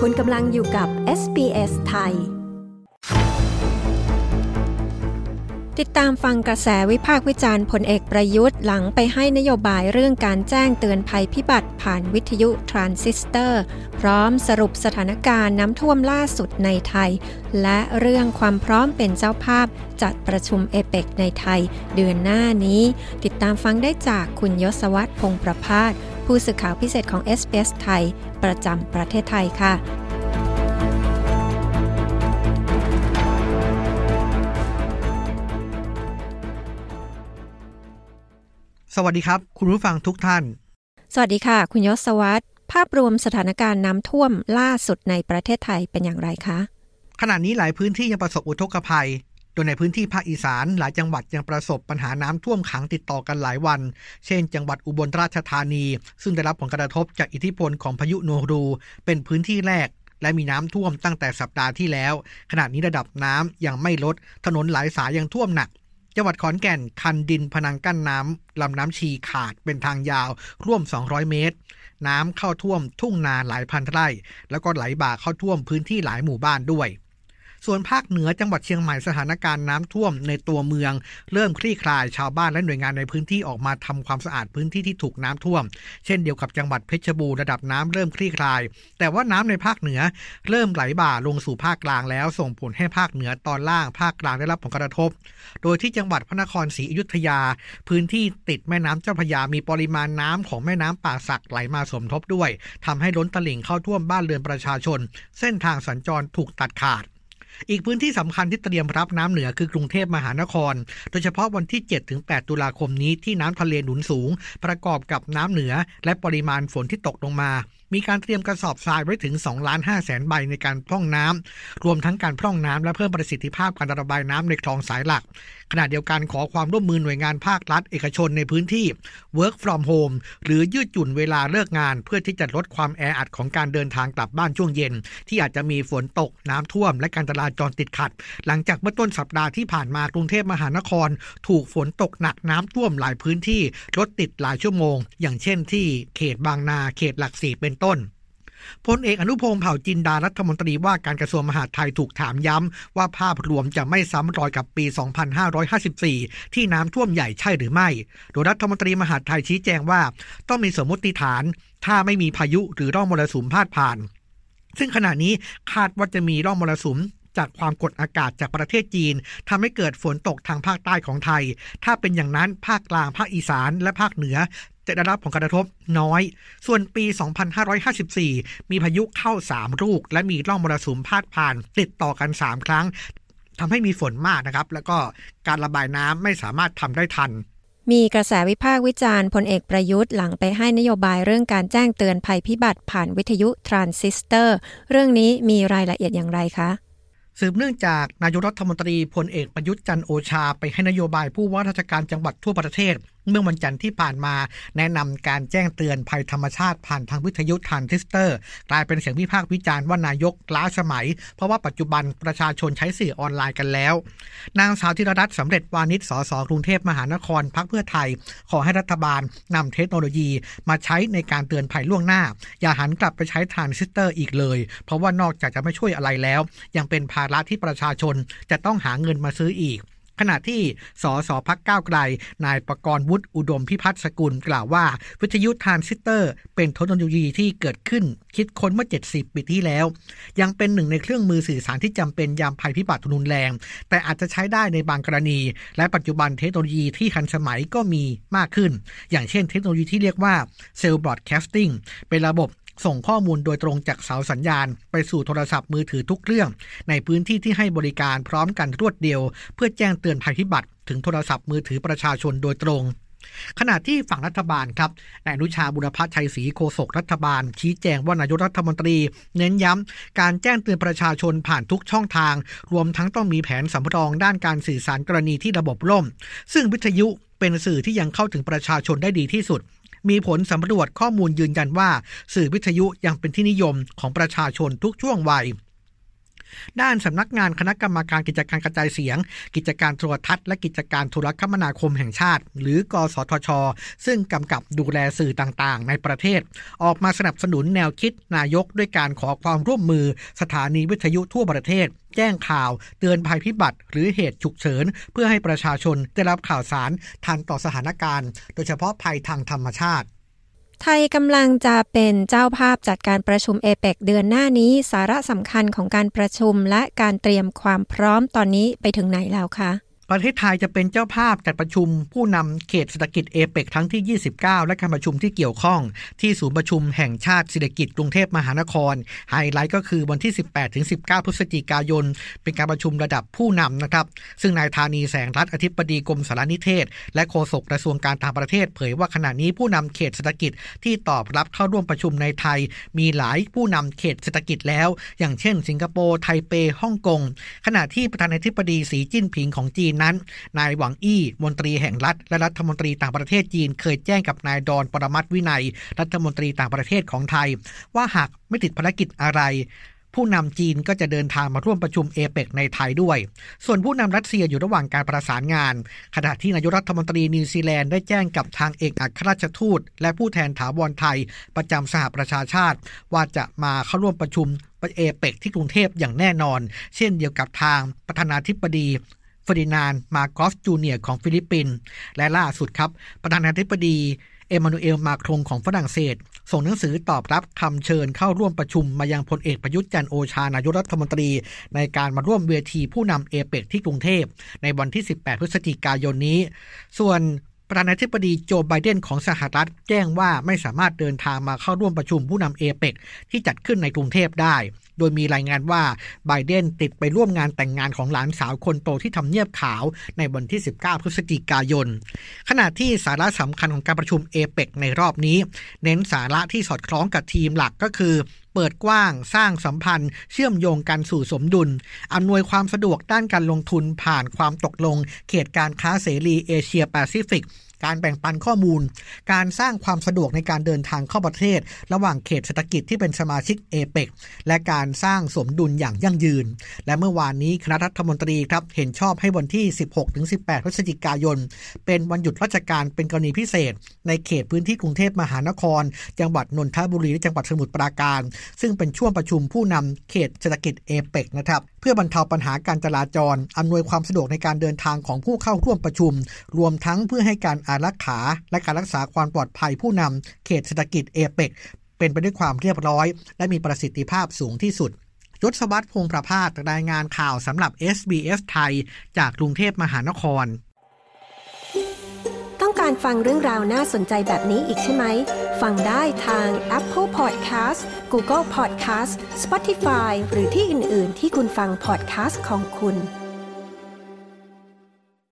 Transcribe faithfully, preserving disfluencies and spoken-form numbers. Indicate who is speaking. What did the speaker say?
Speaker 1: คุณกำลังอยู่กับ เอส บี เอส ไทยติดตามฟังกระแสวิพากษ์วิจารณ์พลเอกประยุทธ์หลังไปให้นโยบายเรื่องการแจ้งเตือนภัยพิบัติผ่านวิทยุทรานซิสเตอร์พร้อมสรุปสถานการณ์น้ำท่วมล่าสุดในไทยและเรื่องความพร้อมเป็นเจ้าภาพจัดประชุมเอเปกในไทยเดือนหน้านี้ติดตามฟังได้จากคุณยศวัฒน์พงษ์ประภาสผู้สื่อข่าวพิเศษของ เอส บี เอส ไทยประจำประเทศไทยค่ะ
Speaker 2: สวัสดีครับคุณผู้ฟังทุกท่าน
Speaker 1: สวัสดีค่ะคุณยศวัฒน์ภาพรวมสถานการณ์น้ำท่วมล่าสุดในประเทศไทยเป็นอย่างไรคะ
Speaker 2: ขณะนี้หลายพื้นที่ยังประสบอุทกภัยโดยในพื้นที่ภาคอีสานหลายจังหวัดยังประสบปัญหาน้ำท่วมขังติดต่อกันหลายวันเช่นจังหวัดอุบลราชธานีซึ่งได้รับผลกระทบจากอิทธิพลของพายุโนรูเป็นพื้นที่แรกและมีน้ำท่วมตั้งแต่สัปดาห์ที่แล้วขณะนี้ระดับน้ำยังไม่ลดถนนหลายสายยังท่วมหนักจังหวัดขอนแก่นคันดินพนังกั้นน้ำลำน้ำชีขาดเป็นทางยาวร่วมสองร้อยเมตรน้ำเข้าท่วมทุ่งนาหลายพันไร่แล้วก็ไหลบ่าเข้าท่วมพื้นที่หลายหมู่บ้านด้วยส่วนภาคเหนือจังหวัดเชียงใหม่สถานการณ์น้ำท่วมในตัวเมืองเริ่มคลี่คลายชาวบ้านและหน่วยงานในพื้นที่ออกมาทำความสะอาดพื้นที่ที่ถูกน้ำท่วมเช่นเดียวกับจังหวัดเพชรบูรณ์ระดับน้ำเริ่มคลี่คลายแต่ว่าน้ำในภาคเหนือเริ่มไหลบ่าลงสู่ภาคกลางแล้วส่งผลให้ภาคเหนือตอนล่างภาคกลางได้รับผลกระทบโดยที่จังหวัดพระนครศรีอยุธยาพื้นที่ติดแม่น้ำเจ้าพระยามีปริมาณน้ำของแม่น้ำป่าสักไหลมาสมทบด้วยทำให้ล้นตลิ่งเข้าท่วมบ้านเรือนประชาชนเส้นทางสัญจรถูกตัดขาดอีกพื้นที่สำคัญที่เตรียมรับน้ำเหนือคือกรุงเทพมหานครโดยเฉพาะวันที่ เจ็ดถึงแปด ตุลาคมนี้ที่น้ำทะเลหนุนสูงประกอบกับน้ำเหนือและปริมาณฝนที่ตกลงมามีการเตรียมกระสอบทรายไว้ถึง สองล้านห้าแสน ใบในการพร่องน้ำรวมทั้งการพร่องน้ำและเพิ่มประสิทธิภาพการระบายน้ำในคลองสายหลักขณะเดียวกันขอความร่วมมือหน่วยงานภาครัฐเอกชนในพื้นที่ work from home หรือยืดหยุ่นเวลาเลิกงานเพื่อที่จะลดความแออัดของการเดินทางกลับบ้านช่วงเย็นที่อาจจะมีฝนตกน้ำท่วมและการจราจรติดขัดหลังจากเมื่อต้นสัปดาห์ที่ผ่านมากรุงเทพมหานครถูกฝนตกหนักน้ำท่วมหลายพื้นที่รถติดหลายชั่วโมงอย่างเช่นที่เขตบางนาเขตหลักสี่เป็นต้นพลเอกอนุพงษ์เผ่าจินดารัฐมนตรีว่าการกระทรวงมหาดไทยถูกถามย้ำว่าภาพรวมจะไม่ซ้ำรอยกับปี สองพันห้าร้อยห้าสิบสี่ ที่น้ำท่วมใหญ่ใช่หรือไม่โดยรัฐมนตรีมหาดไทยชี้แจงว่าต้องมีสมมติฐานถ้าไม่มีพายุหรือร่องมรสุมพาดผ่านซึ่งขณะนี้คาดว่าจะมีร่องมรสุมจากความกดอากาศจากประเทศจีนทำให้เกิดฝนตกทางภาคใต้ของไทยถ้าเป็นอย่างนั้นภาคกลางภาคอีสานและภาคเหนือจะได้รับผลกระทบน้อยส่วนปี สองพันห้าร้อยห้าสิบสี่ มีพายุเข้าสามลูกและมีร่องมรสุมพาดผ่านติดต่อกันสามครั้งทำให้มีฝนมากนะครับแล้วก็การระบายน้ำไม่สามารถทำได้ทัน
Speaker 1: มีกระแสวิพากษ์วิจารณ์พลเอกประยุทธ์หลังไปให้นโยบายเรื่องการแจ้งเตือนภัยพิบัติผ่านวิทยุทรานซิสเตอร์เรื่องนี้มีรายละเอียดอย่างไรคะ
Speaker 2: สืบเนื่องจากนายกรัฐมนตรีพลเอกประยุทธ์จันทร์โอชาไปให้นโยบายผู้ว่าราชการจังหวัดทั่วประเทศเมื่อวันจันทร์ที่ผ่านมาแนะนำการแจ้งเตือนภัยธรรมชาติผ่านทางวิทยุทรานซิสเตอร์กลายเป็นเสียงวิพากษ์วิจารณ์ว่านายกล้าสมัยเพราะว่าปัจจุบันประชาชนใช้สื่อออนไลน์กันแล้วนางสาวธีรรัตน์สำเร็จวานิชสสกรุงเทพมหานครพรรคเพื่อไทยขอให้รัฐบาลนำเทคโนโลยีมาใช้ในการเตือนภัยล่วงหน้าอย่าหันกลับไปใช้ทรานซิสเตอร์อีกเลยเพราะว่านอกจากจะไม่ช่วยอะไรแล้วยังเป็นภาระที่ประชาชนจะต้องหาเงินมาซื้ออีกขณะที่สสพรรคก้าวไกลนายประกรณ์วุฒิอุดมพิพัฒน์สกุลกล่าวว่าวิทยุทรานซิสเตอร์เป็นเทคโนโลยีที่เกิดขึ้นคิดค้นเมื่อเจ็ดสิบปีที่แล้วยังเป็นหนึ่งในเครื่องมือสื่อสารที่จำเป็นยามภัยพิบัติรุนแรงแต่อาจจะใช้ได้ในบางกรณีและปัจจุบันเทคโนโลยีที่ทันสมัยก็มีมากขึ้นอย่างเช่นเทคโนโลยีที่เรียกว่าเซลล์บรอดแคสติ้งเป็นระบบส่งข้อมูลโดยตรงจากเสาสัญญาณไปสู่โทรศัพท์มือถือทุกเครื่องในพื้นที่ที่ให้บริการพร้อมกันรวดเดียวเพื่อแจ้งเตือนภัยพิบัติถึงโทรศัพท์มือถือประชาชนโดยตรงขณะที่ฝั่งรัฐบาลครับนายอนุชาบุรพชัยศรีโฆษกรัฐบาลชี้แจงว่านายกรัฐมนตรีเน้นย้ำการแจ้งเตือนประชาชนผ่านทุกช่องทางรวมทั้งต้องมีแผนสำรองด้านการสื่อสารกรณีที่ระบบล่มซึ่งวิทยุเป็นสื่อที่ยังเข้าถึงประชาชนได้ดีที่สุดมีผลสำรวจข้อมูลยืนยันว่าสื่อวิทยุยังเป็นที่นิยมของประชาชนทุกช่วงวัยด้านสำนักงานคณะกรรมการกิจการกระจายเสียงกิจการโทรทัศน์และกิจการโทรคมนาคมแห่งชาติหรือกสทช.ซึ่งกำกับดูแลสื่อต่างๆในประเทศออกมาสนับสนุนแนวคิดนายกด้วยการขอความร่วมมือสถานีวิทยุทั่วประเทศแจ้งข่าวเตือนภัยพิบัติหรือเหตุฉุกเฉินเพื่อให้ประชาชนได้รับข่าวสารทันต่อสถานการณ์โดยเฉพาะภัยทางธรรมชาติ
Speaker 1: ไทยกำลังจะเป็นเจ้าภาพจัดการประชุมเอเปกเดือนหน้านี้สาระสำคัญของการประชุมและการเตรียมความพร้อมตอนนี้ไปถึงไหนแล้วคะ
Speaker 2: ประเทศไทยจะเป็นเจ้าภาพจัดประชุมผู้นำเขตเศรษฐกิจเอเปกครั้งที่ยี่สิบเก้าและการประชุมที่เกี่ยวข้องที่ศูนย์ประชุมแห่งชาติเศรษฐกิจกรุงเทพมหานครไฮไลท์ก็คือวันที่ สิบแปดถึงสิบเก้า พฤศจิกายนเป็นการประชุมระดับผู้นำนะครับซึ่งนายธานีแสงรัตน์อธิบดีกรมสารนิเทศและโฆษกกระทรวงการต่างประเทศเผยว่าขณะนี้ผู้นำเขตเศรษฐกิจที่ตอบรับเข้าร่วมประชุมในไทยมีหลายผู้นำเขตเศรษฐกิจแล้วอย่างเช่นสิงคโปร์ไทเปฮ่องกงขณะที่ประธานาธิบดีสีจิ้นผิงของจีนนั้นนายหวังอี้มนตรีแห่งรัฐและรัฐมนตรีต่างประเทศจีนเคยแจ้งกับนายดอนปรมัตถ์วินัยรัฐมนตรีต่างประเทศของไทยว่าหากไม่ติดภารกิจอะไรผู้นำจีนก็จะเดินทางมาร่วมประชุมเอเปกในไทยด้วยส่วนผู้นำรัสเซียอยู่ระหว่างการประสานงานขณะที่นายกรัฐมนตรีนิวซีแลนด์ได้แจ้งกับทางเอกอัครราชทูตและผู้แทนถาวรไทยประจำสหประชาชาติว่าจะมาเข้าร่วมประชุมเอเปกที่กรุงเทพอย่างแน่นอนเช่นเดียวกับทางประธานาธิบดีเฟอร์ดินานด์มาโกสจูเนียร์ของฟิลิปปินส์และล่าสุดครับประธานาธิบดีเอมานูเอลมาครงของฝรั่งเศสส่งหนังสือตอบรับคำเชิญเข้าร่วมประชุมมายังพลเอกประยุทธ์จันทร์โอชานายกรัฐมนตรีในการมาร่วมเวทีผู้นำเอเปกที่กรุงเทพในวันที่สิบแปดพฤศจิกายนนี้ส่วนประธานาธิบดีโจไบเดนของสหรัฐแจ้งว่าไม่สามารถเดินทางมาเข้าร่วมประชุมผู้นำเอเปกที่จัดขึ้นในกรุงเทพได้โดยมีรายงานว่าไบเดนติดไปร่วมงานแต่งงานของหลานสาวคนโตที่ทำเนียบขาวในวันที่สิบเก้าพฤศจิกายนขณะที่สาระสำคัญของการประชุมเอเปกในรอบนี้เน้นสาระที่สอดคล้องกับทีมหลักก็คือเปิดกว้างสร้างสัมพันธ์เชื่อมโยงกันสู่สมดุลอำนวยความสะดวกด้านการลงทุนผ่านความตกลงเขตการค้าเสรีเอเชียแปซิฟิกการแบ่งปันข้อมูลการสร้างความสะดวกในการเดินทางเข้าประเทศระหว่างเขตเศรษฐกิจที่เป็นสมาชิกเอเปกและการสร้างสมดุลอย่างยั่งยืนและเมื่อวานนี้คณะรัฐมนตรีครับเห็นชอบให้วันที่ สิบหกถึงสิบแปด พฤศจิกายนเป็นวันหยุดราชการเป็นกรณีพิเศษในเขตพื้นที่กรุงเทพมหานครจังหวัดนนทบุรีและจังหวัดสมุทรปราการซึ่งเป็นช่วงประชุมผู้นำเขตเศรษฐกิจเอเปกนะครับเพื่อบรรเทาปัญหาการจราจรอำนวยความสะดวกในการเดินทางของผู้เข้าร่วมประชุมรวมทั้งเพื่อให้การอารักขาและการรักษาความปลอดภัยผู้นำเขตเศรษฐกิจเอเปกเป็นไปด้วยความเรียบร้อยและมีประสิทธิภาพสูงที่สุดยศวัฒน์พงษ์ประภาสรายงานข่าวสำหรับ เอส บี เอส ไทยจากกรุงเทพมหานคร
Speaker 1: ต้องการฟังเรื่องราวน่าสนใจแบบนี้อีกใช่ไหมฟังได้ทาง Apple Podcast Google Podcast Spotify หรือที่อื่นๆที่คุณฟัง podcast ของคุณ